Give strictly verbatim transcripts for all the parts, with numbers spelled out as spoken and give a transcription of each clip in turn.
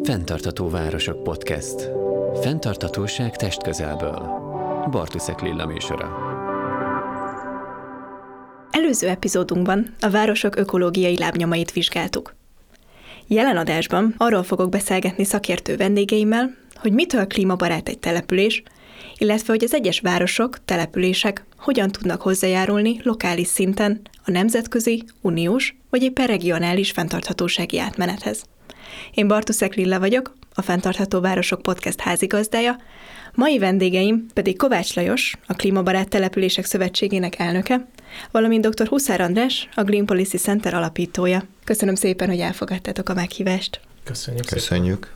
Fenntartható Városok Podcast. Fenntarthatóság testközelből. Bartuszek Lilla műsora. Előző epizódunkban a városok ökológiai lábnyomait vizsgáltuk. Jelen adásban arról fogok beszélgetni szakértő vendégeimmel, hogy mitől klímabarát egy település, illetve hogy az egyes városok, települések hogyan tudnak hozzájárulni lokális szinten a nemzetközi, uniós vagy éppen regionális fenntarthatósági átmenethez. Én Bartuszek Lilla vagyok, a Fenntartható Városok Podcast házigazdája, mai vendégeim pedig Kovács Lajos, a Klímabarát Települések Szövetségének elnöke, valamint dr. Huszár András, a Green Policy Center alapítója. Köszönöm szépen, hogy elfogadtátok a meghívást. Köszönjük. Köszönjük.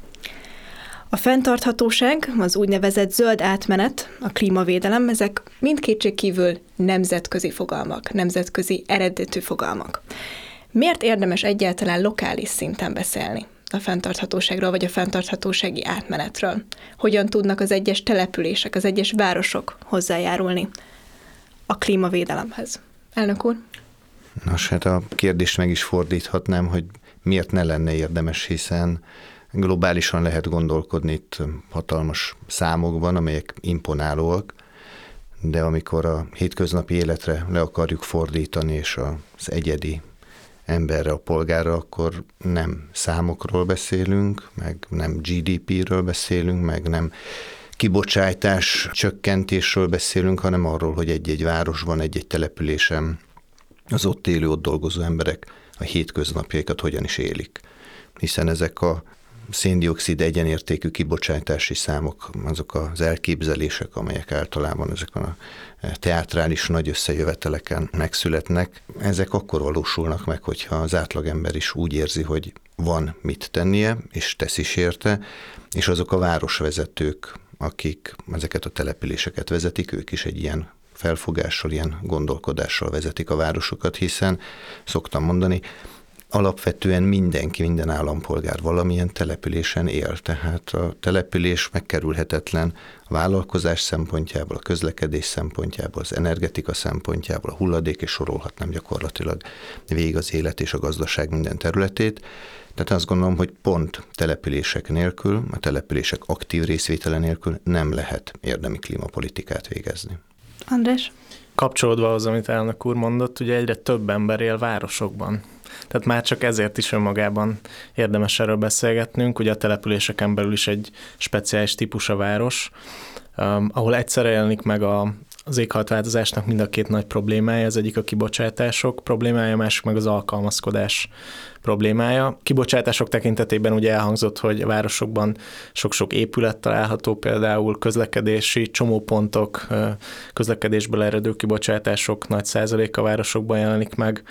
A fenntarthatóság, az úgynevezett zöld átmenet, a klímavédelem, ezek mind kétségkívül nemzetközi fogalmak, nemzetközi eredetű fogalmak. Miért érdemes egyáltalán lokális szinten beszélni a fenntarthatóságról, vagy a fenntarthatósági átmenetről? Hogyan tudnak az egyes települések, az egyes városok hozzájárulni a klímavédelemhez? Elnök úr? Nos, hát a kérdést meg is fordíthatnám, hogy miért ne lenne érdemes, hiszen globálisan lehet gondolkodni itt hatalmas számokban, amelyek imponálóak, de amikor a hétköznapi életre le akarjuk fordítani, és az egyedi emberre, a polgárra, akkor nem számokról beszélünk, meg nem gé dé péről beszélünk, meg nem kibocsátás csökkentésről beszélünk, hanem arról, hogy egy-egy városban, egy-egy településen az ott élő, ott dolgozó emberek a hétköznapjaikat hogyan is élik. Hiszen ezek a szén-dioxid egyenértékű kibocsátási számok, azok az elképzelések, amelyek általában ezeken a teátrális nagy összejöveteleken megszületnek, ezek akkor valósulnak meg, hogyha az átlagember is úgy érzi, hogy van mit tennie, és tesz is érte, és azok a városvezetők, akik ezeket a településeket vezetik, ők is egy ilyen felfogással, ilyen gondolkodással vezetik a városokat, hiszen szoktam mondani, alapvetően mindenki, minden állampolgár valamilyen településen él, tehát a település megkerülhetetlen a vállalkozás szempontjából, a közlekedés szempontjából, az energetika szempontjából, a hulladék, és sorolhatnám gyakorlatilag végig az élet és a gazdaság minden területét. Tehát azt gondolom, hogy pont települések nélkül, a települések aktív részvétele nélkül nem lehet érdemi klímapolitikát végezni. András? Kapcsolódva ahhoz, amit elnök úr mondott, ugye egyre több ember él városokban. Tehát már csak ezért is önmagában érdemes erről beszélgetnünk. Ugye a településeken belül is egy speciális típus a város, um, ahol egyszerre jelenik meg a, az éghajlatváltozásnak mind a két nagy problémája. Az egyik a kibocsátások problémája, a másik meg az alkalmazkodás problémája. Kibocsátások tekintetében ugye elhangzott, hogy a városokban sok-sok épület található, például közlekedési csomópontok, közlekedésből eredő kibocsátások nagy százaléka a városokban jelenik meg,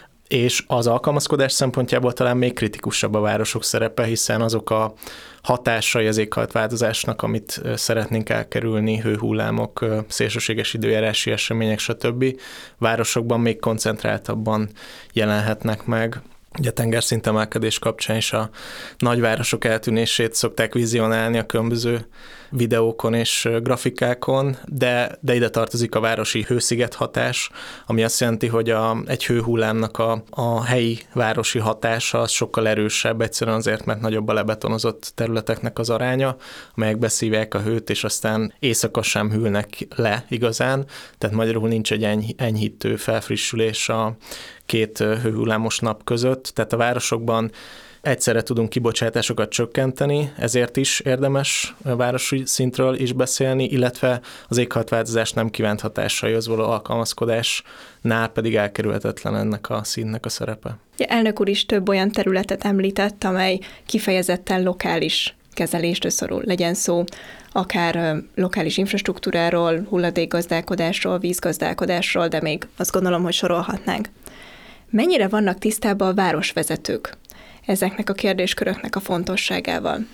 és az alkalmazkodás szempontjából talán még kritikusabb a városok szerepe, hiszen azok a hatásai az éghajlatváltozásnak, amit szeretnénk elkerülni, hőhullámok, szélsőséges időjárási események, stb. Városokban még koncentráltabban jelenhetnek meg. Ugye a tengerszint emelkedés kapcsán is a nagyvárosok eltűnését szokták vizionálni a különböző videókon és grafikákon, de, de ide tartozik a városi hősziget hatás, ami azt jelenti, hogy a, egy hőhullámnak a, a helyi városi hatása az sokkal erősebb, egyszerűen azért, mert nagyobb a lebetonozott területeknek az aránya, amelyek beszívják a hőt, és aztán éjszaka sem hűlnek le igazán, tehát magyarul nincs egy eny, enyhítő felfrissülés a két hőhullámos nap között, tehát a városokban egyszerre tudunk kibocsátásokat csökkenteni, ezért is érdemes a városi szintről is beszélni, illetve az éghajlatváltozás nem kívánt hatásaihoz való alkalmazkodásnál pedig elkerülhetetlen ennek a szintnek a szerepe. Ja, elnök úr is több olyan területet említett, amely kifejezetten lokális kezelésre szorul. Legyen szó akár lokális infrastruktúráról, hulladékgazdálkodásról, vízgazdálkodásról, de még azt gondolom, hogy sorolhatnánk. Mennyire vannak tisztában a városvezetők ezeknek a kérdésköröknek a fontosságával?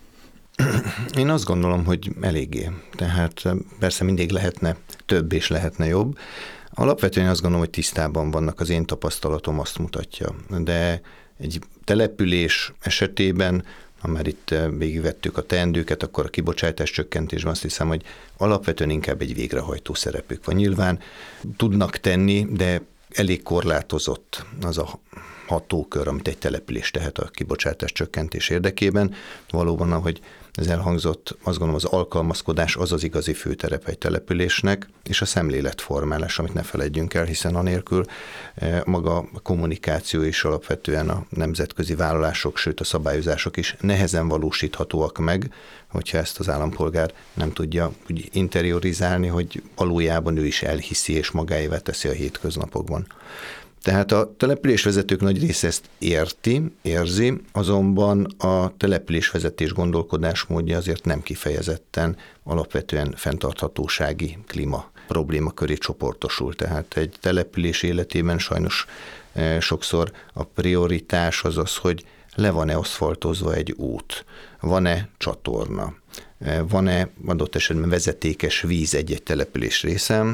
Én azt gondolom, hogy eléggé. Tehát persze mindig lehetne több és lehetne jobb. Alapvetően azt gondolom, hogy tisztában vannak, az én tapasztalatom azt mutatja. De egy település esetében, ha már itt végigvettük a teendőket, akkor a kibocsátás csökkentésben azt hiszem, hogy alapvetően inkább egy végrehajtó szerepük van. Nyilván tudnak tenni, de elég korlátozott az a hatókör, amit egy település tehet a kibocsátás csökkentés érdekében. Valóban, ahogy ez elhangzott, azt gondolom, az alkalmazkodás az az igazi főterep egy településnek, és a szemléletformálás, amit ne feledjünk el, hiszen anélkül maga a kommunikáció is alapvetően a nemzetközi vállalások, sőt a szabályozások is nehezen valósíthatóak meg, hogyha ezt az állampolgár nem tudja úgy interiorizálni, hogy valójában ő is elhiszi és magáévá teszi a hétköznapokban. Tehát a településvezetők nagy része ezt érti, érzi, azonban a településvezetés gondolkodásmódja azért nem kifejezetten alapvetően fenntarthatósági klíma probléma köré csoportosul. Tehát egy település életében sajnos e, sokszor a prioritás az az, hogy le van-e aszfaltozva egy út, van-e csatorna, e, van-e adott esetben vezetékes víz egy-egy település részen,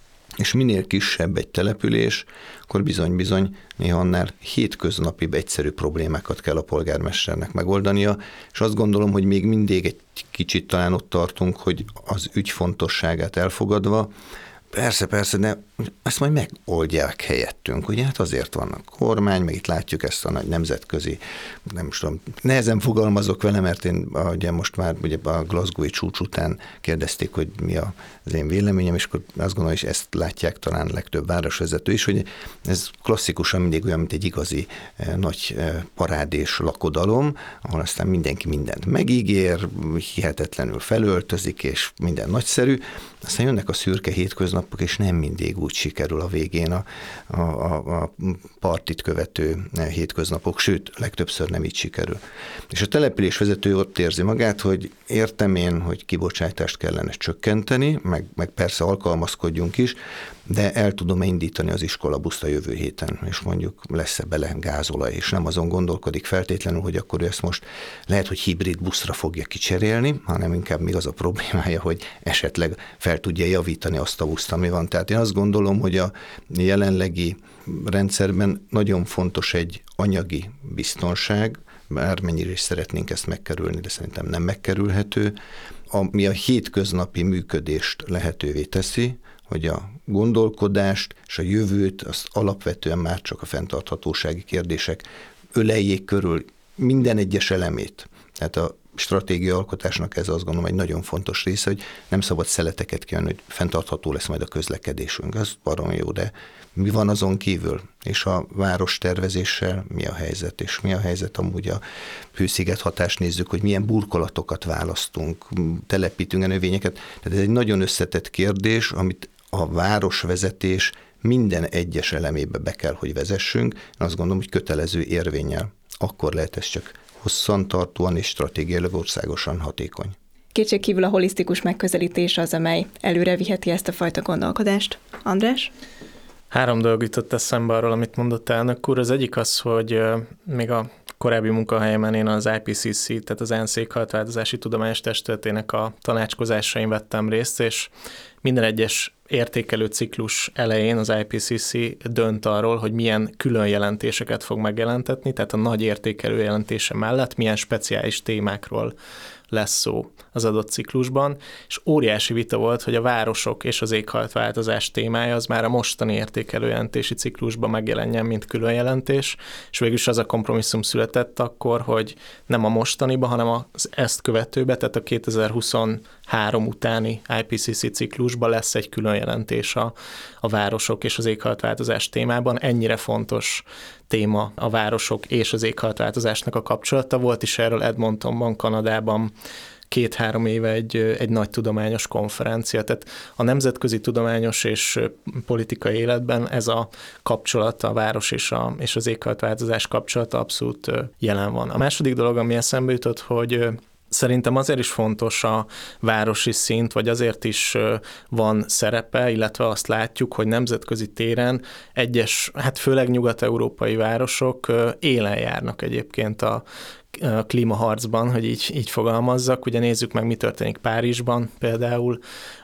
és minél kisebb egy település, akkor bizony-bizony néha annál hétköznapibb egyszerű problémákat kell a polgármesternek megoldania, és azt gondolom, hogy még mindig egy kicsit talán ott tartunk, hogy az ügy fontosságát elfogadva, persze, persze, de ezt majd megoldják helyettünk, ugye? Hát azért van a kormány, meg itt látjuk ezt a nagy nemzetközi, nem is tudom, nehezen fogalmazok vele, mert én ugye most már ugye a Glasgow-i csúcs után kérdezték, hogy mi az én véleményem, és akkor azt gondolom, hogy ezt látják talán legtöbb városvezető is, hogy ez klasszikusan mindig olyan, mint egy igazi eh, nagy eh, parádés lakodalom, ahol aztán mindenki mindent megígér, hihetetlenül felöltözik, és minden nagyszerű, aztán jönnek a szürke hétköznapok, és nem mindig úgy sikerül a végén a, a, a, a partit követő hétköznapok, sőt, legtöbbször nem így sikerül. És a településvezető ott érzi magát, hogy értem én, hogy kibocsátást kellene csökkenteni, meg, meg persze alkalmazkodjunk is, de el tudom indítani az iskolabuszt a jövő héten, és mondjuk lesz-e bele gázolaj, és nem azon gondolkodik feltétlenül, hogy akkor ő ezt most lehet, hogy hibrid buszra fogja kicserélni, hanem inkább még az a problémája, hogy esetleg fel tudja javítani azt a buszt, ami van. Tehát én azt gondolom, hogy a jelenlegi rendszerben nagyon fontos egy anyagi biztonság, bármennyire is szeretnénk ezt megkerülni, de szerintem nem megkerülhető, ami a hétköznapi működést lehetővé teszi, hogy a gondolkodást és a jövőt azt alapvetően már csak a fenntarthatósági kérdések öleljék körül minden egyes elemét. Tehát a stratégia alkotásnak ez azt gondolom egy nagyon fontos része, hogy nem szabad szeleteket kiadni, hogy fenntartható lesz majd a közlekedésünk. Ez baromi jó, de mi van azon kívül? És a város tervezéssel mi a helyzet? És mi a helyzet amúgy a hősziget hatást nézzük, hogy milyen burkolatokat választunk, telepítünk a növényeket. Tehát ez egy nagyon összetett kérdés, amit a városvezetés minden egyes elemébe be kell, hogy vezessünk. Én azt gondolom, hogy kötelező érvénnyel. Akkor lehet ez csak hosszantartóan és stratégiailag országosan hatékony. Kétségkívül a holisztikus megközelítés az, amely előre viheti ezt a fajta gondolkodást. András? Három dolog jutott eszembe arról, amit mondott elnök úr. Az egyik az, hogy még a korábbi munkahelyemen én az I P C C, tehát az ENSZ éghajlatváltozási tudományos testületének a tanácskozásain vettem részt, és minden egyes értékelő ciklus elején az I P C C dönt arról, hogy milyen külön jelentéseket fog megjelentetni, tehát a nagy értékelő jelentése mellett milyen speciális témákról lesz szó az adott ciklusban, és óriási vita volt, hogy a városok és az éghajlatváltozás témája az már a mostani értékelőjelentési ciklusban megjelenjen, mint külön jelentés, és végülis az a kompromisszum született akkor, hogy nem a mostaniba, hanem az ezt követőbe, tehát a kétezer-huszonhárom utáni I P C C ciklusban lesz egy külön jelentés a, a városok és az éghajlatváltozás témában. Ennyire fontos téma a városok és az éghajlatváltozásnak a kapcsolata. Volt is erről Edmontonban, Kanadában két-három éve egy, egy nagy tudományos konferencia. Tehát a nemzetközi tudományos és politikai életben ez a kapcsolat, a város és, a, és az éghajlatváltozás kapcsolata abszolút jelen van. A második dolog, ami eszembe jutott, hogy szerintem azért is fontos a városi szint, vagy azért is van szerepe, illetve azt látjuk, hogy nemzetközi téren egyes, hát főleg nyugat-európai városok élen járnak egyébként a a klímaharcban, hogy így, így fogalmazzak. Ugye nézzük meg, mi történik Párizsban például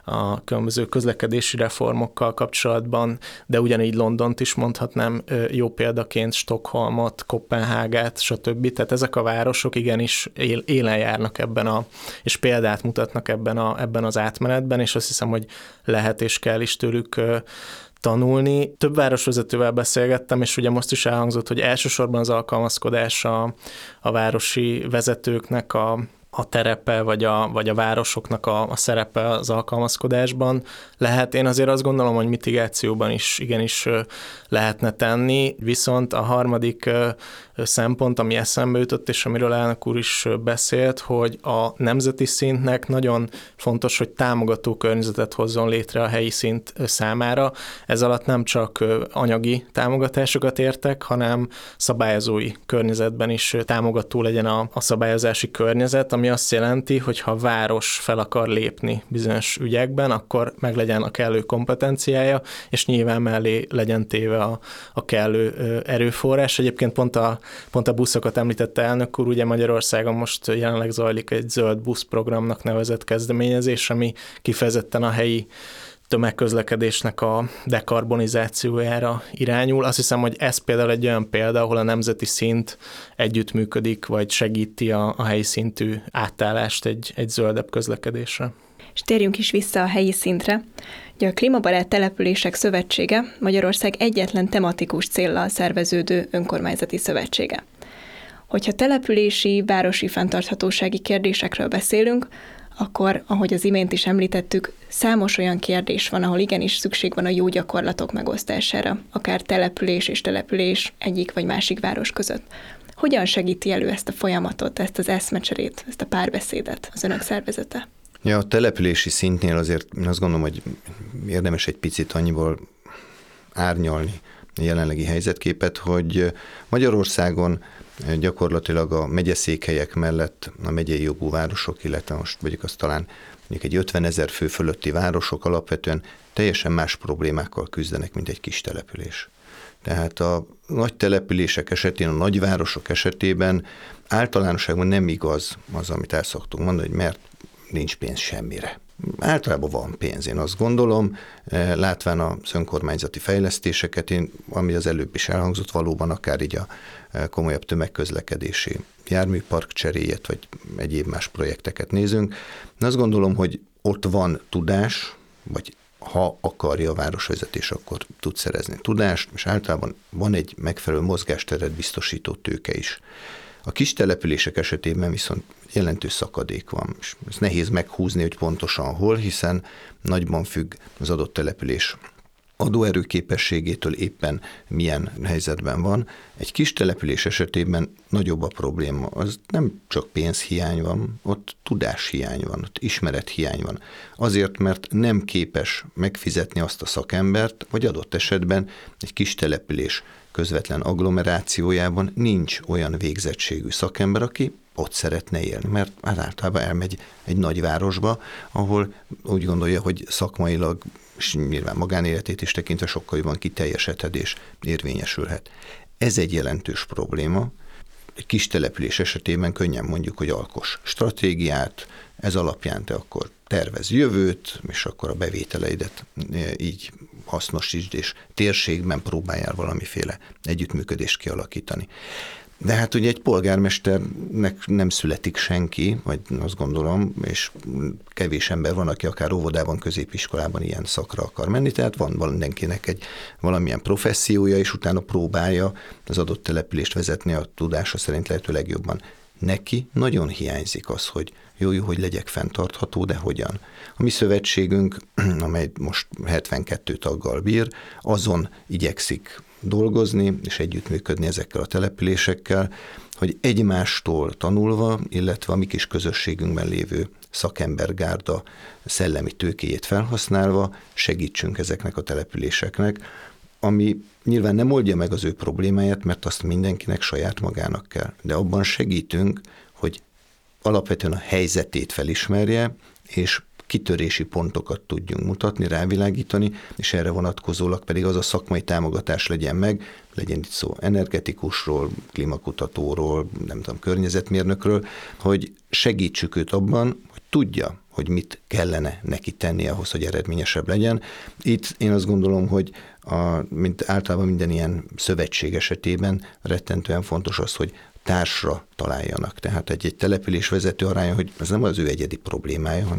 a különböző közlekedési reformokkal kapcsolatban, de ugyanígy Londont is mondhatnám jó példaként, Stockholmot, Koppenhágát, stb. Tehát ezek a városok igenis él, élen járnak ebben a, és példát mutatnak ebben, a, ebben az átmenetben, és azt hiszem, hogy lehet és kell is tőlük tanulni. Több városvezetővel beszélgettem, és ugye most is elhangzott, hogy elsősorban az alkalmazkodás a, a városi vezetőknek a a terepe, vagy a, vagy a városoknak a, a szerepe az alkalmazkodásban lehet. Én azért azt gondolom, hogy mitigációban is igenis lehetne tenni, viszont a harmadik szempont, ami eszembe jutott, és amiről elnök úr is beszélt, hogy a nemzeti szintnek nagyon fontos, hogy támogató környezetet hozzon létre a helyi szint számára. Ez alatt nem csak anyagi támogatásokat értek, hanem szabályozói környezetben is támogató legyen a, a szabályozási környezet, ami azt jelenti, hogy ha a város fel akar lépni bizonyos ügyekben, akkor meg legyen a kellő kompetenciája, és nyilván mellé legyen téve a, a kellő erőforrás. Egyébként pont a, pont a buszokat említette elnök úr, ugye Magyarországon most jelenleg zajlik egy zöld buszprogramnak nevezett kezdeményezés, ami kifejezetten a helyi tömegközlekedésnek a dekarbonizációjára irányul. Azt hiszem, hogy ez például egy olyan példa, ahol a nemzeti szint együttműködik, vagy segíti a, a helyi szintű átállást egy, egy zöldebb közlekedésre. És térjünk is vissza a helyi szintre. Ugye a Klímabarát Települések Szövetsége Magyarország egyetlen tematikus céllal szerveződő önkormányzati szövetsége. Hogyha települési, városi fenntarthatósági kérdésekről beszélünk, akkor, ahogy az imént is említettük, számos olyan kérdés van, ahol igenis szükség van a jó gyakorlatok megosztására, akár település és település egyik vagy másik város között. Hogyan segíti elő ezt a folyamatot, ezt az eszmecserét, ezt a párbeszédet az önök szervezete? Ja, a települési szintnél azért én azt gondolom, hogy érdemes egy picit annyiból árnyalni a jelenlegi helyzetképet, hogy Magyarországon gyakorlatilag a megyeszékhelyek mellett a megyei jogú városok, illetve most mondjuk az talán mondjuk egy ötvenezer fő fölötti városok alapvetően teljesen más problémákkal küzdenek, mint egy kis település. Tehát a nagy települések esetén, a nagyvárosok esetében általánosságban nem igaz az, amit el szoktunk mondani, hogy mert nincs pénz semmire. Általában van pénz, én azt gondolom, látván az önkormányzati fejlesztéseket, én, ami az előbb is elhangzott, valóban akár így a komolyabb tömegközlekedési járműpark cseréjét, vagy egyéb más projekteket nézünk. Én azt gondolom, hogy ott van tudás, vagy ha akarja a városvezetés, akkor tud szerezni tudást, és általában van egy megfelelő mozgásteret biztosító tőke is. A kis települések esetében viszont jelentős szakadék van, és ez nehéz meghúzni, hogy pontosan hol, hiszen nagyban függ az adott település adóerőképességétől éppen milyen helyzetben van. Egy kis település esetében nagyobb a probléma. Az nem csak pénzhiány van, ott tudáshiány van, ott ismerethiány van. Azért, mert nem képes megfizetni azt a szakembert, vagy adott esetben egy kis település közvetlen agglomerációjában nincs olyan végzettségű szakember, aki ott szeretne élni, mert általában elmegy egy nagyvárosba, ahol úgy gondolja, hogy szakmailag, és nyilván magánéletét is tekintve sokkal jobban kiteljesedhet és érvényesülhet. Ez egy jelentős probléma. Egy kis település esetében könnyen mondjuk, hogy alkos stratégiát, ez alapján te akkor tervez jövőt, és akkor a bevételeidet így hasznosítsd, és térségben próbáljál valamiféle együttműködést kialakítani. De hát ugye egy polgármesternek nem születik senki, vagy azt gondolom, és kevés ember van, aki akár óvodában, középiskolában ilyen szakra akar menni, tehát van mindenkinek egy valamilyen professziója, és utána próbálja az adott települést vezetni a tudása szerint lehető legjobban. Neki nagyon hiányzik az, hogy jó, jó, hogy legyek fenntartható, de hogyan. A mi szövetségünk, amely most hetvenkettő taggal bír, azon igyekszik dolgozni és együttműködni ezekkel a településekkel, hogy egymástól tanulva, illetve a mi kis közösségünkben lévő szakembergárda szellemi tőkéjét felhasználva segítsünk ezeknek a településeknek, ami nyilván nem oldja meg az ő problémáját, mert azt mindenkinek saját magának kell. De abban segítünk, hogy alapvetően a helyzetét felismerje, és kitörési pontokat tudjunk mutatni, rávilágítani, és erre vonatkozólag pedig az a szakmai támogatás legyen meg, legyen itt szó energetikusról, klímakutatóról, nem tudom, környezetmérnökről, hogy segítsük őt abban, hogy tudja, hogy mit kellene neki tenni ahhoz, hogy eredményesebb legyen. Itt én azt gondolom, hogy a, mint általában minden ilyen szövetség esetében rettentően fontos az, hogy társra találjanak. Tehát egy, egy település vezető aránya, hogy ez nem az ő egyedi problémája, hanem itt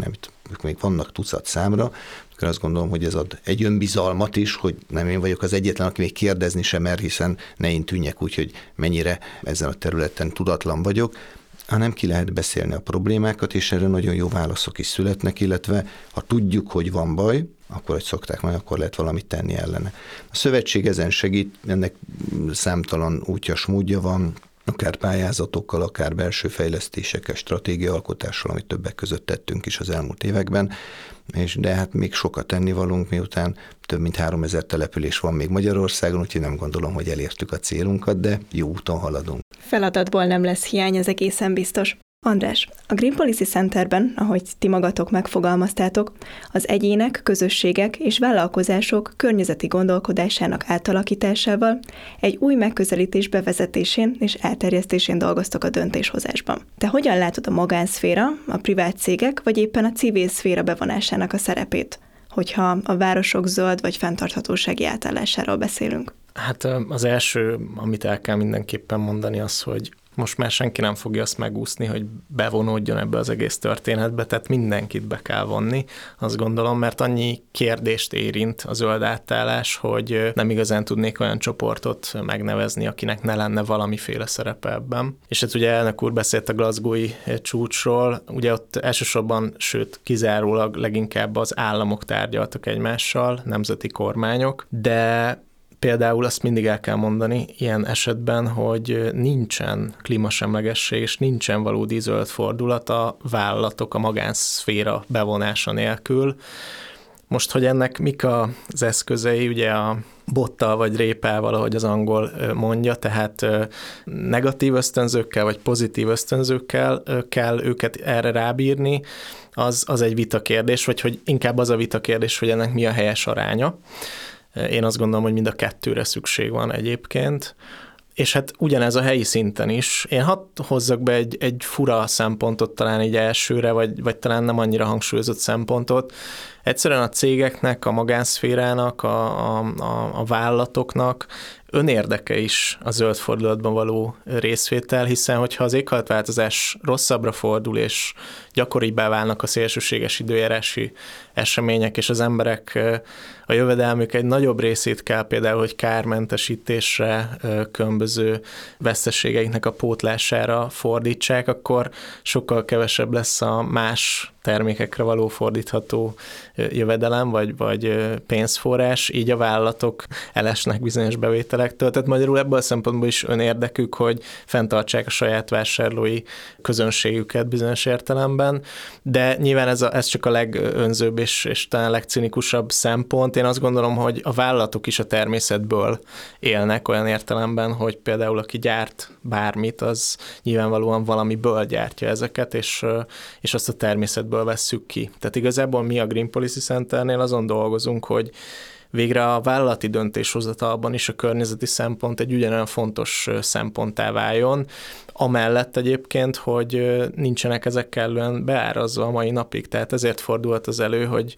ők még vannak tucat számra, akkor azt gondolom, hogy ez ad egy önbizalmat is, hogy nem én vagyok az egyetlen, aki még kérdezni sem mer, hiszen ne én tűnjek úgy, hogy mennyire ezen a területen tudatlan vagyok, hanem ki lehet beszélni a problémákat, és erre nagyon jó válaszok is születnek, illetve ha tudjuk, hogy van baj, akkor, hogy szokták majd, akkor lehet valamit tenni ellene. A szövetség ezen segít, ennek számtalan útjas módja van, akár pályázatokkal, akár belső fejlesztésekkel, stratégiaalkotással, amit többek között tettünk is az elmúlt években, és de hát még sokat tennivalónk, miután több mint háromezer település van még Magyarországon, úgyhogy nem gondolom, hogy elértük a célunkat, de jó úton haladunk. Feladatból nem lesz hiány, ez egészen biztos. András, a Green Policy Centerben, ahogy ti magatok megfogalmaztátok, az egyének, közösségek és vállalkozások környezeti gondolkodásának átalakításával egy új megközelítés bevezetésén és elterjesztésén dolgoztok a döntéshozásban. Te hogyan látod a magánszféra, a privát cégek vagy éppen a civil szféra bevonásának a szerepét, hogyha a városok zöld vagy fenntarthatósági átállásáról beszélünk? Hát az első, amit el kell mindenképpen mondani, az, hogy most már senki nem fogja azt megúszni, hogy bevonódjon ebbe az egész történetbe, tehát mindenkit be kell vonni, azt gondolom, mert annyi kérdést érint a zöld átállás, hogy nem igazán tudnék olyan csoportot megnevezni, akinek ne lenne valamiféle szerepe ebben. És hát ugye elnök úr beszélt a Glasgow-i csúcsról, ugye ott elsősorban, sőt kizárólag leginkább az államok tárgyaltak egymással, nemzeti kormányok, de például azt mindig el kell mondani ilyen esetben, hogy nincsen klímasemlegesség, és nincsen valódi zöld fordulat a vállalatok, a magánszféra bevonása nélkül. Most, hogy ennek mik az eszközei, ugye a bottal vagy répával, ahogy az angol mondja, tehát negatív ösztönzőkkel vagy pozitív ösztönzőkkel kell őket erre rábírni, az, az egy vitakérdés, vagy hogy inkább az a vitakérdés, hogy ennek mi a helyes aránya. Én azt gondolom, hogy mind a kettőre szükség van egyébként. És hát ugyanez a helyi szinten is. Én hadd hozzak be egy, egy fura szempontot talán így elsőre, vagy, vagy talán nem annyira hangsúlyozott szempontot. Egyszerűen a cégeknek, a magánszférának, a, a, a vállalatoknak önérdeke is a zöld fordulatban való részvétel, hiszen hogyha az éghajlatváltozás rosszabbra fordul, és gyakoribbá válnak a szélsőséges időjárási események, és az emberek a jövedelmük egy nagyobb részét kell például, hogy kármentesítésre, különböző veszteségeiknek a pótlására fordítsák, akkor sokkal kevesebb lesz a más termékekre való fordítható jövedelem, vagy, vagy pénzforrás, így a vállalatok elesnek bizonyos bevételektől. Tehát magyarul ebből a szempontból is önérdekük, hogy fenntartsák a saját vásárlói közönségüket bizonyos értelemben, de nyilván ez, a, ez csak a legönzőbb és, és talán legcinikusabb szempont. Én azt gondolom, hogy a vállalatok is a természetből élnek olyan értelemben, hogy például aki gyárt bármit, az nyilvánvalóan valamiből gyártja ezeket, és, és azt a természetből vesszük ki. Tehát igazából mi a Green Policy Centernél azon dolgozunk, hogy végre a vállalati döntéshozatalban is a környezeti szempont egy ugyanolyan fontos szemponttá váljon, amellett egyébként, hogy nincsenek ezek kellően beárazva a mai napig. Tehát ezért fordult az elő, hogy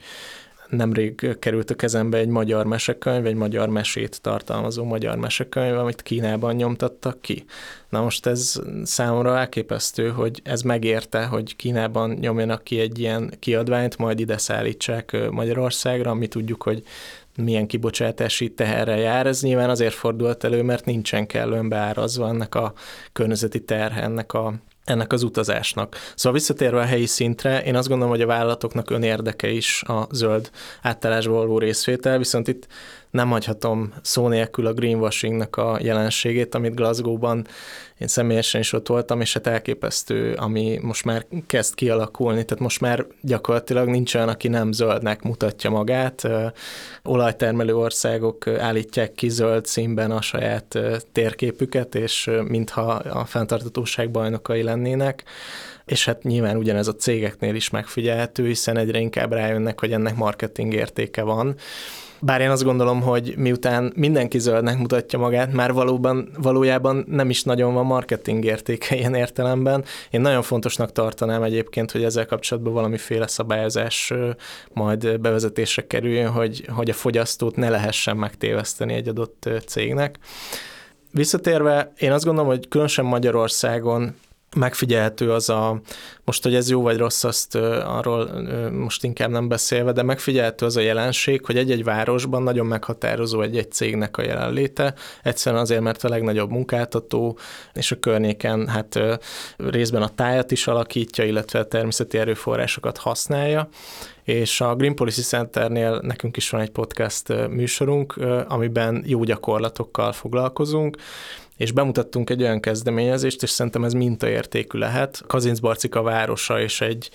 nemrég került a kezembe egy magyar mesekönyv, egy magyar mesét tartalmazó magyar mesekönyv, amit Kínában nyomtattak ki. Na most ez számomra elképesztő, hogy ez megérte, hogy Kínában nyomjanak ki egy ilyen kiadványt, majd ide szállítsák Magyarországra, ami tudjuk, hogy milyen kibocsátási teherrel jár. Ez nyilván azért fordult elő, mert nincsen kellően beárazva ennek a környezeti terhe, ennek a ennek az utazásnak. Szóval visszatérve a helyi szintre, én azt gondolom, hogy a vállalatoknak önérdeke is a zöld átállásba való részvétel, viszont itt nem hagyhatom szó nélkül a greenwashingnak a jelenségét, amit Glasgow-ban én személyesen is ott voltam, és hát elképesztő, ami most már kezd kialakulni, tehát most már gyakorlatilag nincs olyan, aki nem zöldnek mutatja magát. Olajtermelő országok állítják ki zöld színben a saját térképüket, és mintha a fenntarthatóság bajnokai lennének. És hát nyilván ugyanez a cégeknél is megfigyelhető, hiszen egyre inkább rájönnek, hogy ennek marketing értéke van. Bár én azt gondolom, hogy miután mindenki zöldnek mutatja magát, már valóban, valójában nem is nagyon van marketing értéke ilyen értelemben. Én nagyon fontosnak tartanám egyébként, hogy ezzel kapcsolatban valamiféle szabályozás majd bevezetésre kerüljön, hogy, hogy a fogyasztót ne lehessen megtéveszteni egy adott cégnek. Visszatérve, én azt gondolom, hogy különösen Magyarországon megfigyelhető az a, most, hogy ez jó vagy rossz, azt arról most inkább nem beszélve, de megfigyelhető az a jelenség, hogy egy-egy városban nagyon meghatározó egy-egy cégnek a jelenléte, egyszerűen azért, mert a legnagyobb munkáltató, és a környéken hát részben a tájat is alakítja, illetve a természeti erőforrásokat használja, és a Green Policy Centernél nekünk is van egy podcast műsorunk, amiben jó gyakorlatokkal foglalkozunk, és bemutattunk egy olyan kezdeményezést, és szerintem ez mintaértékű lehet. Kazincbarcika városa és egy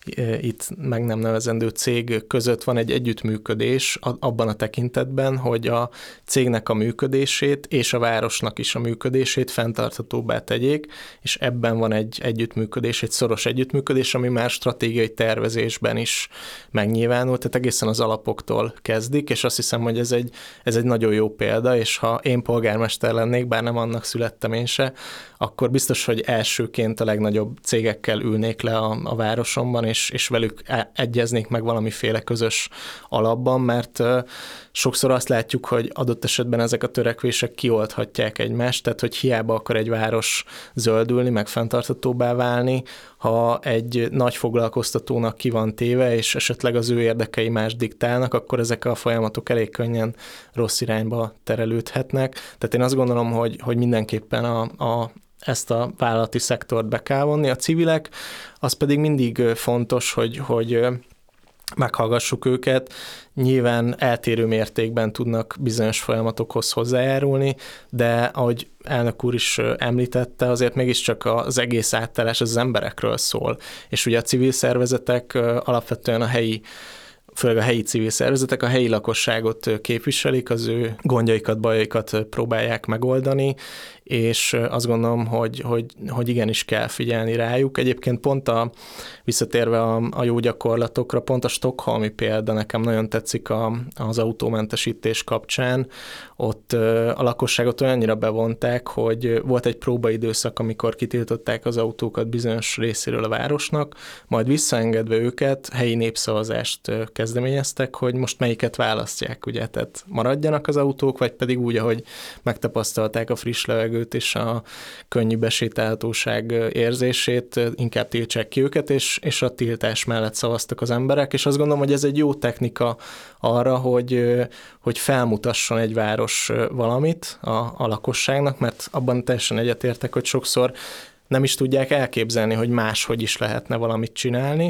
itt meg nem nevezendő cég között van egy együttműködés abban a tekintetben, hogy a cégnek a működését és a városnak is a működését fenntarthatóbbá tegyék, és ebben van egy együttműködés, egy szoros együttműködés, ami már stratégiai tervezésben is megnyilvánul, tehát egészen az alapoktól kezdik, és azt hiszem, hogy ez egy, ez egy nagyon jó példa, és ha én polgármester lennék, bár nem annak születtem én se, akkor biztos, hogy elsőként a legnagyobb cégekkel ülnék le a, a városomban, és, és velük egyeznék meg valamiféle közös alapban, mert uh, sokszor azt látjuk, hogy adott esetben ezek a törekvések kioldhatják egymást, tehát hogy hiába akar egy város zöldülni, meg fenntarthatóbbá válni, ha egy nagy foglalkoztatónak ki van téve, és esetleg az ő érdekei más diktálnak, akkor ezek a folyamatok elég könnyen rossz irányba terelődhetnek. Tehát én azt gondolom, hogy, hogy mindenképpen a, a ezt a vállalati szektort be kell vonni. A civilek, az pedig mindig fontos, hogy, hogy meghallgassuk őket. Nyilván eltérő mértékben tudnak bizonyos folyamatokhoz hozzájárulni, de ahogy elnök úr is említette, azért mégiscsak az egész átállás az emberekről szól. És ugye a civil szervezetek alapvetően a helyi főleg a helyi civil szervezetek a helyi lakosságot képviselik, az ő gondjaikat, bajaikat próbálják megoldani, és azt gondolom, hogy, hogy, hogy igenis kell figyelni rájuk. Egyébként pont a, visszatérve a, a jó gyakorlatokra, pont a stockholmi példa nekem nagyon tetszik a, az autómentesítés kapcsán. Ott a lakosságot olyannyira bevonták, hogy volt egy próbaidőszak, amikor kitiltották az autókat bizonyos részéről a városnak, majd visszaengedve őket helyi népszavazást kezdeményeztek, hogy most melyiket választják, ugye, tehát maradjanak az autók, vagy pedig úgy, ahogy megtapasztalták a friss levegőt és a könnyű besétálhatóság érzését, inkább tiltsák ki őket, és, és a tiltás mellett szavaztak az emberek, és azt gondolom, hogy ez egy jó technika arra, hogy, hogy felmutasson egy város valamit a, a lakosságnak, mert abban teljesen egyetértek, hogy sokszor nem is tudják elképzelni, hogy máshogy is lehetne valamit csinálni,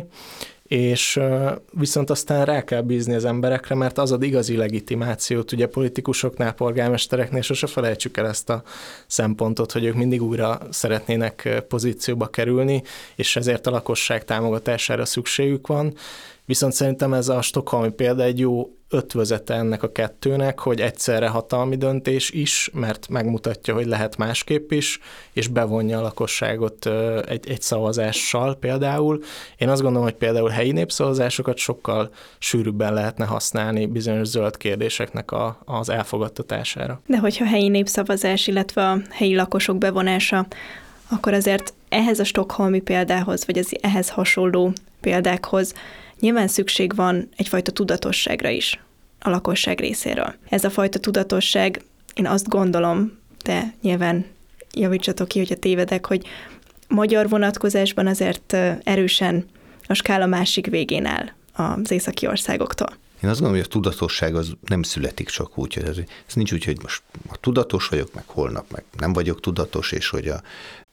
és viszont aztán rá kell bízni az emberekre, mert az ad igazi legitimációt, ugye politikusoknál, polgármestereknél sose felejtsük el ezt a szempontot, hogy ők mindig újra szeretnének pozícióba kerülni, és ezért a lakosság támogatására szükségük van. Viszont szerintem ez a stockholmi példa egy jó ötvözete ennek a kettőnek, hogy egyszerre hatalmi döntés is, mert megmutatja, hogy lehet másképp is, és bevonja a lakosságot egy, egy szavazással például. Én azt gondolom, hogy például helyi népszavazásokat sokkal sűrűbben lehetne használni bizonyos zöld kérdéseknek a, az elfogadtatására. De hogyha helyi népszavazás, illetve a helyi lakosok bevonása, akkor azért ehhez a stockholmi példához, vagy az ehhez hasonló példákhoz nyilván szükség van egyfajta tudatosságra is a lakosság részéről. Ez a fajta tudatosság, én azt gondolom, de nyilván javítsatok ki, hogyha tévedek, hogy magyar vonatkozásban azért erősen a skála másik végén áll az északi országoktól. Én azt gondolom, hogy a tudatosság az nem születik csak úgy, hogy ez, ez nincs úgy, hogy most ma tudatos vagyok, meg holnap meg nem vagyok tudatos, és hogy a,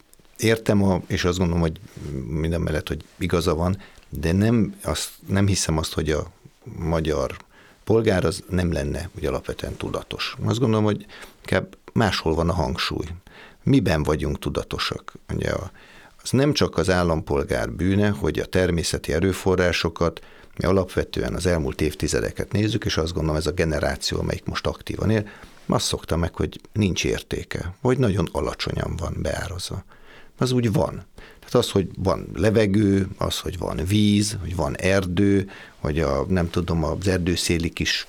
értem, a, és azt gondolom, hogy minden mellett, hogy igaza van, de nem, azt, nem hiszem azt, hogy a magyar polgár az nem lenne úgy alapvetően tudatos. Azt gondolom, hogy inkább máshol van a hangsúly. Miben vagyunk tudatosak? Ugye az nem csak az állampolgár bűne, hogy a természeti erőforrásokat, mi alapvetően az elmúlt évtizedeket nézzük, és azt gondolom, ez a generáció, amelyik most aktívan él, azt szokta meg, hogy nincs értéke, vagy nagyon alacsonyan van beárazva. Az úgy van. Tehát az, hogy van levegő, az, hogy van víz, hogy van erdő, hogy a, nem tudom, az erdőszéli kis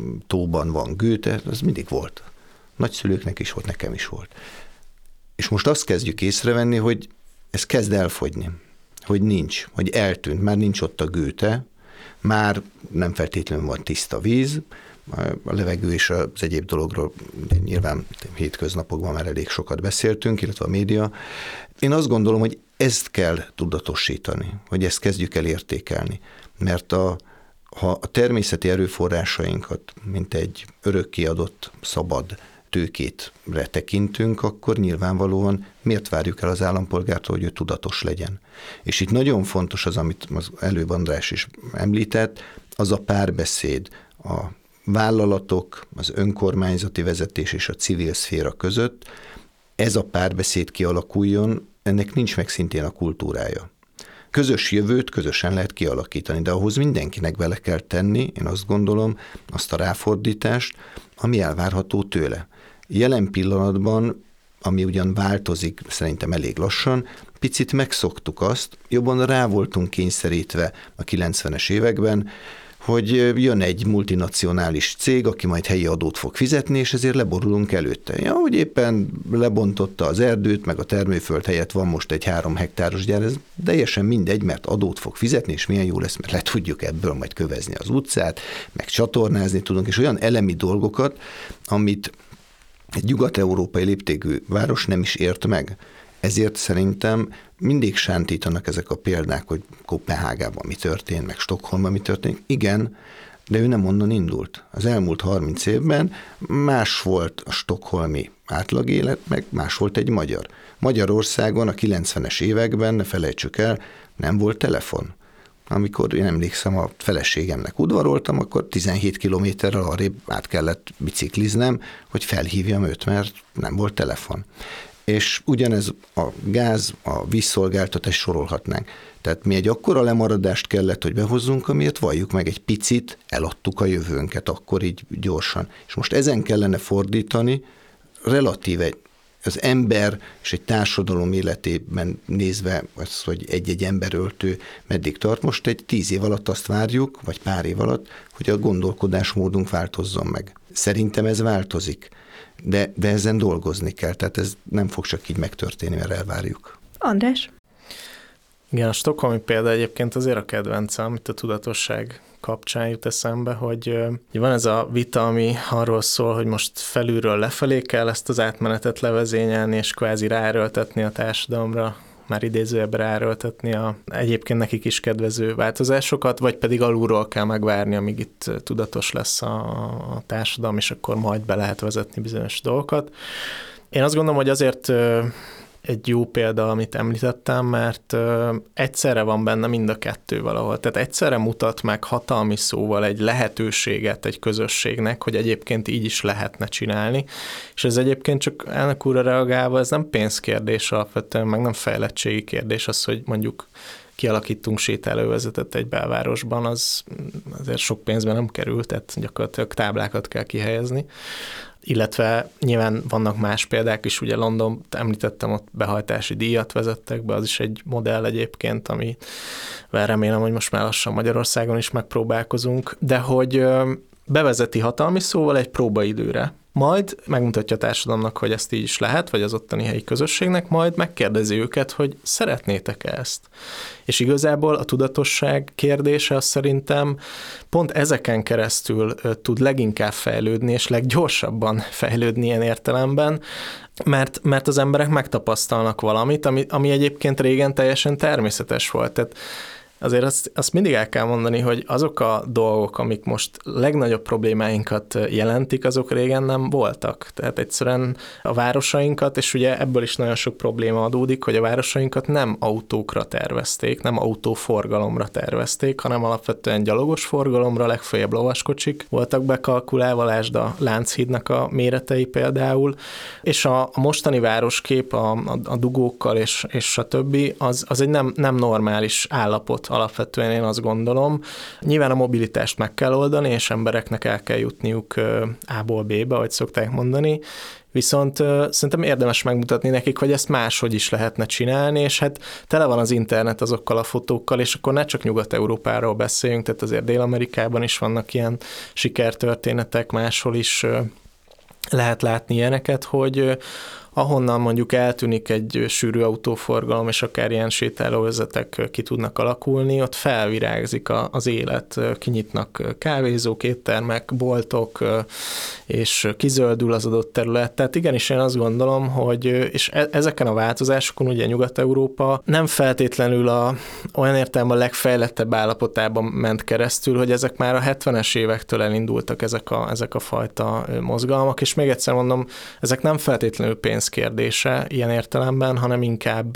tóban van gőte, az mindig volt. Nagyszülőknek is volt, nekem is volt. És most azt kezdjük észrevenni, hogy ez kezd elfogyni, hogy nincs, hogy eltűnt, már nincs ott a gőte, már nem feltétlenül van tiszta víz, a levegő és az egyéb dologról nyilván hétköznapokban már elég sokat beszéltünk, illetve a média. Én azt gondolom, hogy ezt kell tudatosítani, hogy ezt kezdjük el értékelni. Mert a, ha a természeti erőforrásainkat, mint egy örökké adott szabad tőkétre tekintünk, akkor nyilvánvalóan miért várjuk el az állampolgártól, hogy ő tudatos legyen. És itt nagyon fontos az, amit az előbb András is említett, az a párbeszéd a vállalatok, az önkormányzati vezetés és a civil szféra között. Ez a párbeszéd kialakuljon, ennek nincs meg szintén a kultúrája. Közös jövőt közösen lehet kialakítani, de ahhoz mindenkinek bele kell tenni, én azt gondolom, azt a ráfordítást, ami elvárható tőle. Jelen pillanatban, ami ugyan változik, szerintem elég lassan, picit megszoktuk azt, jobban rá voltunk kényszerítve a kilencvenes években, hogy jön egy multinacionális cég, aki majd helyi adót fog fizetni, és ezért leborulunk előtte. Ja, hogy éppen lebontotta az erdőt, meg a termőföld helyett van most egy három hektáros gyár, ez teljesen mindegy, mert adót fog fizetni, és milyen jó lesz, mert le tudjuk ebből majd kövezni az utcát, meg csatornázni tudunk, és olyan elemi dolgokat, amit egy nyugat-európai léptékű város nem is ért meg. Ezért szerintem mindig sántítanak ezek a példák, hogy Koppenhágában mi történt, meg Stockholmban mi történt. Igen, de ő nem onnan indult. Az elmúlt harminc évben más volt a stockholmi átlagélet, meg más volt egy magyar. Magyarországon a kilencvenes években, ne felejtsük el, nem volt telefon. Amikor én emlékszem, a feleségemnek udvaroltam, akkor tizenhét kilométerrel arrébb át kellett bicikliznem, hogy felhívjam őt, mert nem volt telefon. És ugyanez a gáz, a vízszolgáltatás sorolhatnánk. Tehát mi egy akkora lemaradást kellett, hogy behozzunk, amiért valljuk meg egy picit, eladtuk a jövőnket akkor így gyorsan. És most ezen kellene fordítani, relatíve az ember és egy társadalom életében nézve az, hogy egy-egy emberöltő meddig tart, most egy tíz év alatt azt várjuk, vagy pár év alatt, hogy a gondolkodásmódunk változzon meg. Szerintem ez változik. De, de ezen dolgozni kell, tehát ez nem fog csak így megtörténni, mert elvárjuk. András? Igen, a stockholmi példa egyébként azért a kedvencem, amit a tudatosság kapcsán jut eszembe, hogy van ez a vita, ami arról szól, hogy most felülről lefelé kell ezt az átmenetet levezényelni, és kvázi ráerőltetni a társadalomra, már idézőjebbre ráerőltetni a egyébként nekik is kedvező változásokat, vagy pedig alulról kell megvárni, amíg itt tudatos lesz a, a társadalom, és akkor majd be lehet vezetni bizonyos dolgokat. Én azt gondolom, hogy azért egy jó példa, amit említettem, mert egyszerre van benne mind a kettő valahol. Tehát egyszerre mutat meg hatalmi szóval egy lehetőséget egy közösségnek, hogy egyébként így is lehetne csinálni, és ez egyébként csak elnök úrra reagálva, ez nem pénzkérdés alapvetően, meg nem fejlettségi kérdés az, hogy mondjuk kialakítunk sétálóvezetet egy belvárosban, az azért sok pénzben nem kerül, tehát gyakorlatilag táblákat kell kihelyezni. Illetve nyilván vannak más példák is, ugye London, említettem, ott behajtási díjat vezettek be, az is egy modell egyébként, amivel remélem, hogy most már lassan Magyarországon is megpróbálkozunk, de hogy bevezeti hatalmi szóval egy próbaidőre, majd megmutatja a társadalomnak, hogy ezt így is lehet, vagy az ottani helyi közösségnek, majd megkérdezi őket, hogy szeretnétek-e ezt. És igazából a tudatosság kérdése az szerintem pont ezeken keresztül tud leginkább fejlődni, és leggyorsabban fejlődni ilyen értelemben, mert, mert az emberek megtapasztalnak valamit, ami, ami egyébként régen teljesen természetes volt. Tehát azért azt, azt mindig el kell mondani, hogy azok a dolgok, amik most legnagyobb problémáinkat jelentik, azok régen nem voltak. Tehát egyszerűen a városainkat, és ugye ebből is nagyon sok probléma adódik, hogy a városainkat nem autókra tervezték, nem autóforgalomra tervezték, hanem alapvetően gyalogos forgalomra, legfeljebb lovaskocsik voltak bekalkulálva, lásd a Lánchídnak a méretei például, és a, a mostani városkép a, a, a dugókkal és, és a többi, az, az egy nem, nem normális állapot. Alapvetően én azt gondolom. Nyilván a mobilitást meg kell oldani, és embereknek el kell jutniuk A-ból B-be, ahogy szokták mondani, viszont szerintem érdemes megmutatni nekik, hogy ezt máshogy is lehetne csinálni, és hát tele van az internet azokkal a fotókkal, és akkor ne csak Nyugat-Európáról beszéljünk, tehát azért Dél-Amerikában is vannak ilyen sikertörténetek, máshol is lehet látni ilyeneket, hogy, ahonnan mondjuk eltűnik egy sűrű autóforgalom, és akár ilyen sétálóvezetek ki tudnak alakulni, ott felvirágzik az élet, kinyitnak kávézók, éttermek, boltok, és kizöldül az adott terület. Tehát igenis én azt gondolom, hogy és ezeken a változásokon ugye Nyugat-Európa nem feltétlenül a, olyan értelemben a legfejlettebb állapotában ment keresztül, hogy ezek már a hetvenes évektől elindultak ezek a, ezek a fajta mozgalmak, és még egyszer mondom, ezek nem feltétlenül pénzkérdése ilyen értelemben, hanem inkább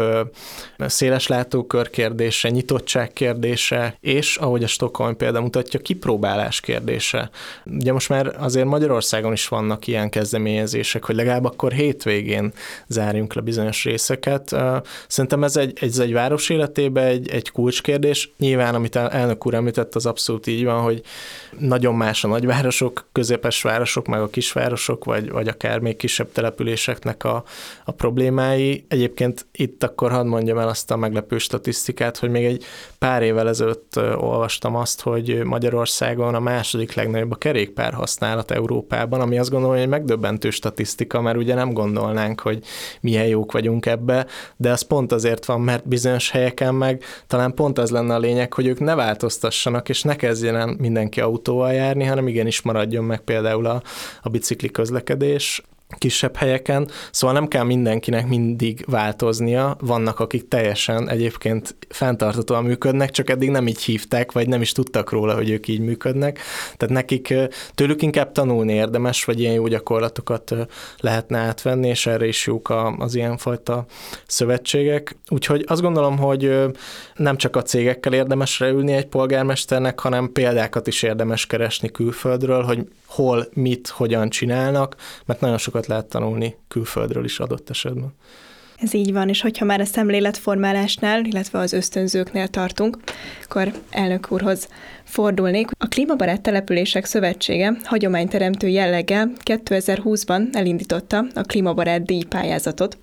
széles látókör kérdése, nyitottság kérdése, és ahogy a Stockholm példa mutatja, kipróbálás kérdése. Ugye most már azért Magyarországon is vannak ilyen kezdeményezések, hogy legalább akkor hétvégén zárjunk le bizonyos részeket. Szerintem ez egy, ez egy város életében egy, egy kulcskérdés. Nyilván, amit elnök úr említett, az abszolút így van, hogy nagyon más a nagyvárosok, közepes városok, meg a kisvárosok, vagy, vagy akár még kisebb településeknek a, a problémái. Egyébként itt akkor hadd mondjam el azt a meglepő statisztikát, hogy még egy pár évvel ezelőtt olvastam azt, hogy Magyarországon a második legnagyobb a kerékpár használat Európában, ami azt gondolom, hogy egy megdöbbentő statisztika, mert ugye nem gondolnánk, hogy milyen jók vagyunk ebbe, de az pont azért van, mert bizonyos helyeken meg talán pont az lenne a lényeg, hogy ők ne változtassanak, és ne kezdjen el mindenki autóval járni, hanem igenis maradjon meg például a, a bicikli közlekedés kisebb helyeken, szóval nem kell mindenkinek mindig változnia, vannak, akik teljesen egyébként fenntartatóan működnek, csak eddig nem így hívták, vagy nem is tudtak róla, hogy ők így működnek, tehát nekik tőlük inkább tanulni érdemes, vagy ilyen jó gyakorlatokat lehetne átvenni, és erre is jók az ilyenfajta szövetségek. Úgyhogy azt gondolom, hogy nem csak a cégekkel érdemes leülni egy polgármesternek, hanem példákat is érdemes keresni külföldről, hogy hol, mit, hogyan csinálnak, mert nagyon sokat lehet tanulni külföldről is adott esetben. Ez így van, és hogyha már a szemléletformálásnál, illetve az ösztönzőknél tartunk, akkor elnök úrhoz fordulnék. A Klímabarát Települések Szövetsége hagyományteremtő jelleggel kétezer-húszban elindította a Klímabarát díjpályázatot,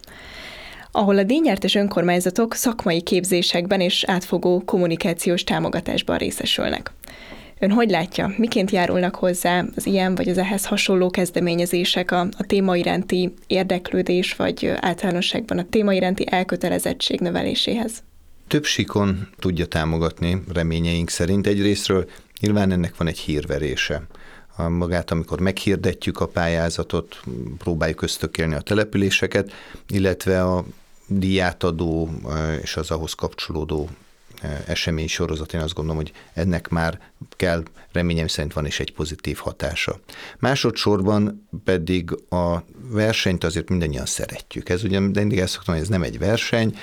ahol a díjnyertes önkormányzatok szakmai képzésekben és átfogó kommunikációs támogatásban részesülnek. Ön hogy látja, miként járulnak hozzá az ilyen vagy az ehhez hasonló kezdeményezések a, a téma iránti érdeklődés, vagy általánosságban a téma iránti elkötelezettség növeléséhez? Több síkon tudja támogatni, reményeink szerint. Egyrésztről nyilván ennek van egy hírverése. A magát, amikor meghirdetjük a pályázatot, próbáljuk ösztökélni a településeket, illetve a díjátadó és az ahhoz kapcsolódó esemény sorozat, én azt gondolom, hogy ennek már kell, reményem szerint van is egy pozitív hatása. Másodszorban pedig a versenyt azért mindannyian szeretjük. Ez ugye mindig ezt szoktam, hogy ez nem egy verseny,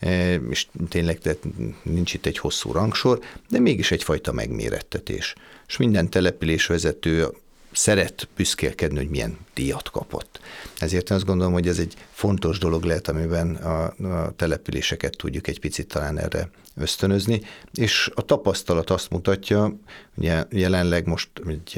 és tényleg nincs itt egy hosszú rangsor, de mégis egyfajta megmérettetés. És minden településvezető szeret büszkélkedni, hogy milyen díjat kapott. Ezért azt gondolom, hogy ez egy fontos dolog lehet, amiben a, a településeket tudjuk egy picit talán erre ösztönözni, és a tapasztalat azt mutatja, ugye jelenleg most egy,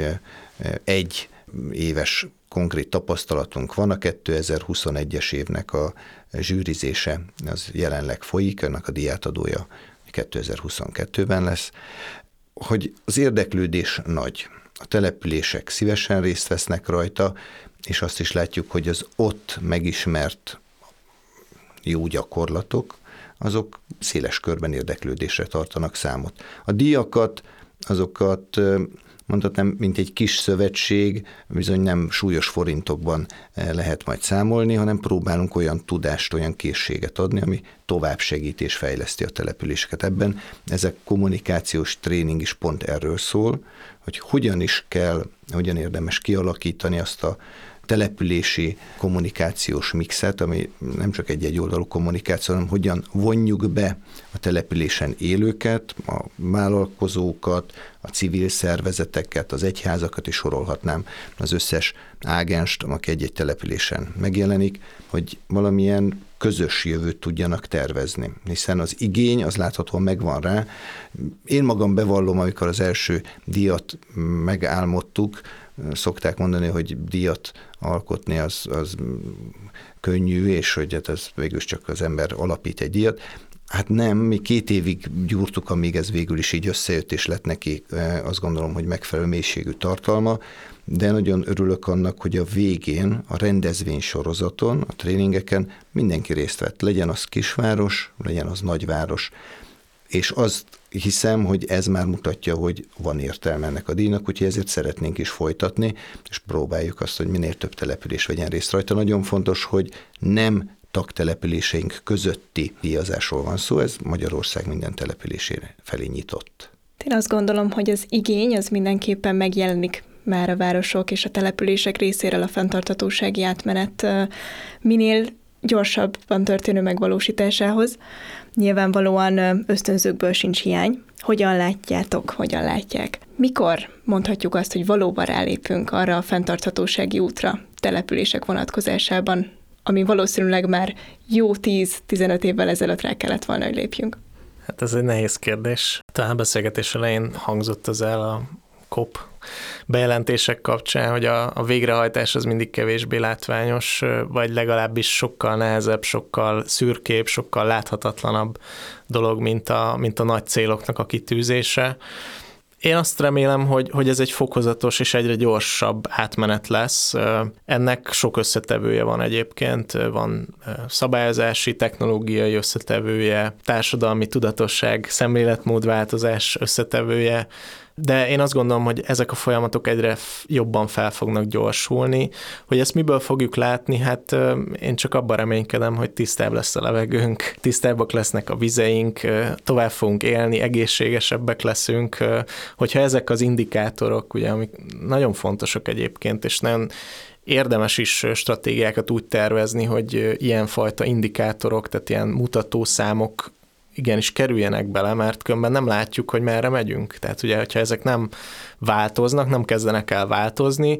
egy éves konkrét tapasztalatunk van, a kétezer-huszonegyes évnek a zsűrizése, az jelenleg folyik, ennek a díjátadója kétezer-huszonkettőben lesz, hogy az érdeklődés nagy. A települések szívesen részt vesznek rajta, és azt is látjuk, hogy az ott megismert jó gyakorlatok, azok széles körben érdeklődésre tartanak számot. A díjakat, azokat mondhatnám, mint egy kis szövetség, bizony nem súlyos forintokban lehet majd számolni, hanem próbálunk olyan tudást, olyan készséget adni, ami tovább segít és fejleszti a településeket. Ebben ezek kommunikációs tréning is pont erről szól, hogy hogyan is kell, hogyan érdemes kialakítani azt a települési kommunikációs mixet, ami nem csak egy-egy oldalú kommunikáció, hanem hogyan vonjuk be a településen élőket, a vállalkozókat, a civil szervezeteket, az egyházakat is sorolhatnám, az összes ágenst, aki egy-egy településen megjelenik, hogy valamilyen közös jövőt tudjanak tervezni, hiszen az igény, az láthatóan megvan rá. Én magam bevallom, amikor az első díjat megálmodtuk, szokták mondani, hogy díjat alkotni az, az könnyű, és hogy hát az végül csak az ember alapít egy díjat. Hát nem, mi két évig gyúrtuk, amíg ez végül is így összejött, és lett neki azt gondolom, hogy megfelelő mélységű tartalma, de nagyon örülök annak, hogy a végén a rendezvény sorozaton, a tréningeken mindenki részt vett. Legyen az kisváros, legyen az nagyváros. És azt hiszem, hogy ez már mutatja, hogy van értelme ennek a díjnak, úgyhogy ezért szeretnénk is folytatni, és próbáljuk azt, hogy minél több település vegyen részt rajta. Nagyon fontos, hogy nem tagtelepüléseink közötti díjazásról van szó, ez Magyarország minden településére felé nyitott. Én azt gondolom, hogy az igény az mindenképpen megjelenik már a városok és a települések részéről a fenntarthatósági átmenet minél gyorsabban történő megvalósításához. Nyilvánvalóan ösztönzőkből sincs hiány. Hogyan látjátok, hogyan látják? Mikor mondhatjuk azt, hogy valóban rálépünk arra a fenntarthatósági útra települések vonatkozásában, ami valószínűleg már jó tíz-tizenöt évvel ezelőtt rá kellett volna, hogy lépjünk? Hát ez egy nehéz kérdés. Talán a beszélgetés elején hangzott az el a kop bejelentések kapcsán, hogy a, a végrehajtás az mindig kevésbé látványos, vagy legalábbis sokkal nehezebb, sokkal szürkébb, sokkal láthatatlanabb dolog, mint a, mint a nagy céloknak a kitűzése. Én azt remélem, hogy, hogy ez egy fokozatos és egyre gyorsabb átmenet lesz. Ennek sok összetevője van egyébként, van szabályozási, technológiai összetevője, társadalmi tudatosság, szemléletmódváltozás összetevője, de én azt gondolom, hogy ezek a folyamatok egyre jobban fel fognak gyorsulni. Hogy ezt miből fogjuk látni? Hát én csak abban reménykedem, hogy tisztább lesz a levegőnk, tisztábbak lesznek a vizeink, tovább fogunk élni, egészségesebbek leszünk. Hogyha ezek az indikátorok, ugye, amik nagyon fontosak egyébként, és nagyon érdemes is stratégiákat úgy tervezni, hogy ilyenfajta indikátorok, tehát ilyen mutatószámok igenis kerüljenek bele, mert különben nem látjuk, hogy merre megyünk. Tehát ugye, hogyha ezek nem változnak, nem kezdenek el változni,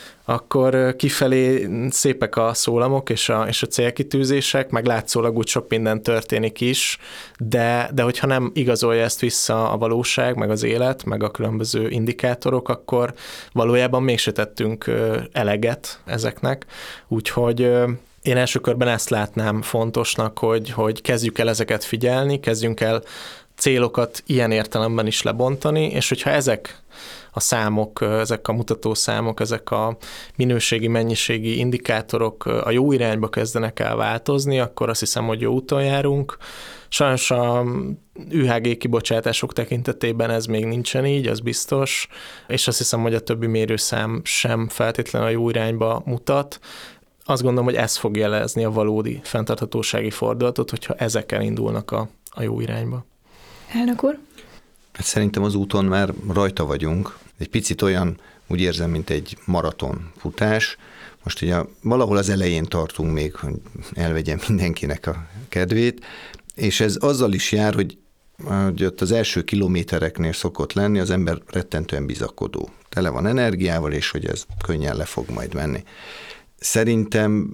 akkor kifelé szépek a szólamok és a, és a célkitűzések, meg látszólag úgy sok minden történik is, de, de hogyha nem igazolja ezt vissza a valóság, meg az élet, meg a különböző indikátorok, akkor valójában mégse tettünk eleget ezeknek. Úgyhogy én első körben ezt látnám fontosnak, hogy, hogy kezdjük el ezeket figyelni, kezdjünk el célokat ilyen értelemben is lebontani, és hogyha ezek a számok, ezek a mutatószámok, ezek a minőségi, mennyiségi indikátorok a jó irányba kezdenek el változni, akkor azt hiszem, hogy jó úton járunk. Sajnos a ü há gé kibocsátások tekintetében ez még nincsen így, az biztos, és azt hiszem, hogy a többi mérőszám sem feltétlenül a jó irányba mutat. Azt gondolom, hogy ez fog jelezni a valódi fenntarthatósági fordulatot, hogyha ezek elindulnak a, a jó irányba. Elnök úr? Hát szerintem az úton már rajta vagyunk. Egy picit olyan, úgy érzem, mint egy maratonfutás. Most ugye valahol az elején tartunk még, hogy elvegyem mindenkinek a kedvét, és ez azzal is jár, hogy, hogy ott az első kilométereknél szokott lenni, az ember rettentően bizakodó. Tele van energiával, és hogy ez könnyen le fog majd menni. Szerintem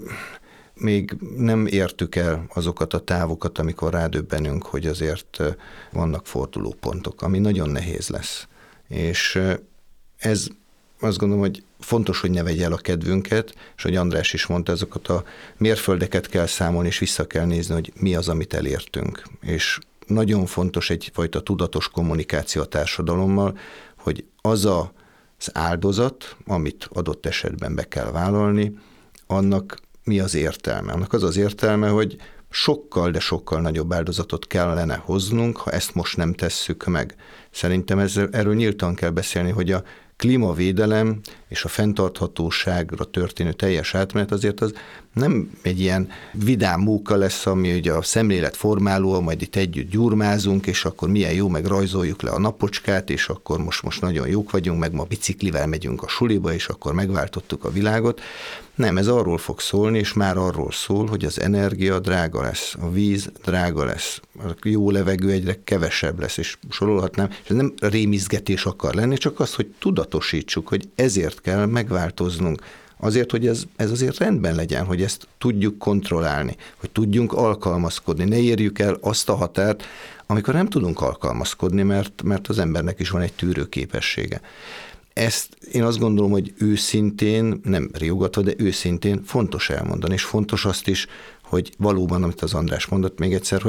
még nem értük el azokat a távokat, amikor rádöbbenünk, hogy azért vannak fordulópontok, ami nagyon nehéz lesz. És ez azt gondolom, hogy fontos, hogy ne vegye el a kedvünket, és hogy András is mondta, azokat a mérföldeket kell számolni, és vissza kell nézni, hogy mi az, amit elértünk. És nagyon fontos egyfajta tudatos kommunikáció a társadalommal, hogy az a az áldozat, amit adott esetben be kell vállalni, annak mi az értelme? Annak az az értelme, hogy sokkal, de sokkal nagyobb áldozatot kellene hoznunk, ha ezt most nem tesszük meg. Szerintem ezzel, erről nyíltan kell beszélni, hogy a klímavédelem és a fenntarthatóságra történő teljes átmenet azért az nem egy ilyen vidám móka lesz, ami ugye a szemlélet formáló, majd itt együtt gyurmázunk, és akkor milyen jó, meg rajzoljuk le a napocskát, és akkor most, most nagyon jók vagyunk, meg ma biciklivel megyünk a suliba, és akkor megváltottuk a világot. Nem, ez arról fog szólni, és már arról szól, hogy az energia drága lesz, a víz drága lesz, a jó levegő egyre kevesebb lesz, és sorolhatnám, és ez nem rémizgetés akar lenni, csak az, hogy tudatosítsuk, hogy ezért kell megváltoznunk. Azért, hogy ez, ez azért rendben legyen, hogy ezt tudjuk kontrollálni, hogy tudjunk alkalmazkodni, ne érjük el azt a határt, amikor nem tudunk alkalmazkodni, mert, mert az embernek is van egy tűrőképessége. Ezt én azt gondolom, hogy őszintén, nem riogatva, de őszintén fontos elmondani, és fontos azt is, hogy valóban, amit az András mondott még egyszer, hogy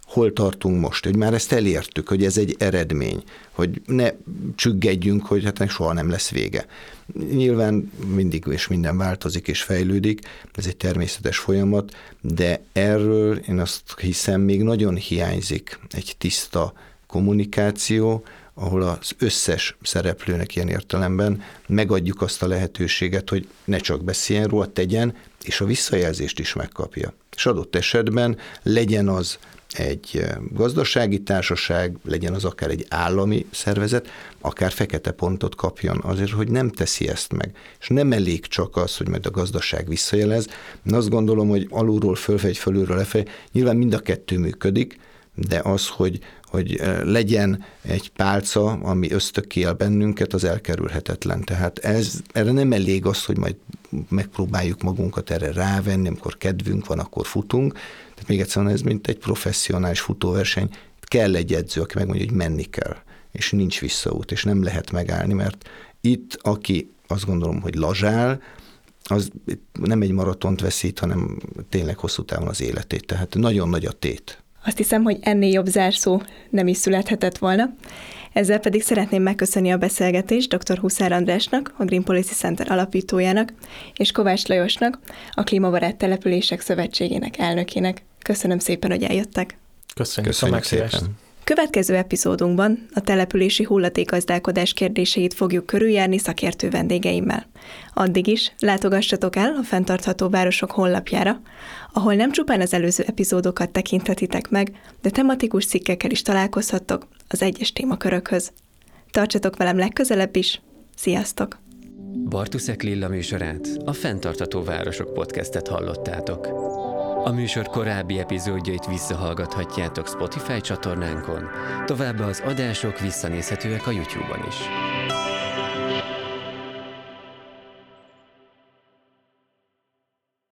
hol tartunk most, hogy már ezt elértük, hogy ez egy eredmény, hogy ne csüggedjünk, hogy hát soha nem lesz vége. Nyilván mindig és minden változik és fejlődik, ez egy természetes folyamat, de erről én azt hiszem még nagyon hiányzik egy tiszta kommunikáció, ahol az összes szereplőnek ilyen értelemben megadjuk azt a lehetőséget, hogy ne csak beszéljen róla, tegyen, és a visszajelzést is megkapja. És adott esetben legyen az egy gazdasági társaság, legyen az akár egy állami szervezet, akár fekete pontot kapjon azért, hogy nem teszi ezt meg. És nem elég csak az, hogy majd a gazdaság visszajelez. Én azt gondolom, hogy alulról fölfelé, fölülről lefelé, nyilván mind a kettő működik, de az, hogy, hogy legyen egy pálca, ami ösztökél bennünket, az elkerülhetetlen. Tehát ez, erre nem elég az, hogy majd megpróbáljuk magunkat erre rávenni, amikor kedvünk van, akkor futunk. Tehát még egyszer, ez mint egy professzionális futóverseny. Kell egy edző, aki megmondja, hogy menni kell, és nincs visszaút, és nem lehet megállni, mert itt, aki azt gondolom, hogy lazsál, az nem egy maratont veszít, hanem tényleg hosszú távon az életét. Tehát nagyon nagy a tét. Azt hiszem, hogy ennél jobb zárszó nem is születhetett volna. Ezzel pedig szeretném megköszönni a beszélgetést dr. Huszár Andrásnak, a Green Policy Center alapítójának, és Kovács Lajosnak, a Klímabarát Települések Szövetségének elnökének. Köszönöm szépen, hogy eljöttek. Köszönjük, Köszönjük a meghívást. szépen. Következő epizódunkban a települési hulladékgazdálkodás kérdéseit fogjuk körüljárni szakértő vendégeimmel. Addig is látogassatok el a Fenntartható Városok honlapjára, ahol nem csupán az előző epizódokat tekinthetitek meg, de tematikus cikkekkel is találkozhattok az egyes témakörökhöz. Tartsatok velem legközelebb is, sziasztok! Bartuszek Lilla műsorát, a Fenntartható Városok podcastet hallottátok. A műsor korábbi epizódjait visszahallgathatjátok Spotify csatornánkon, továbbá az adások visszanézhetőek a YouTube-on is.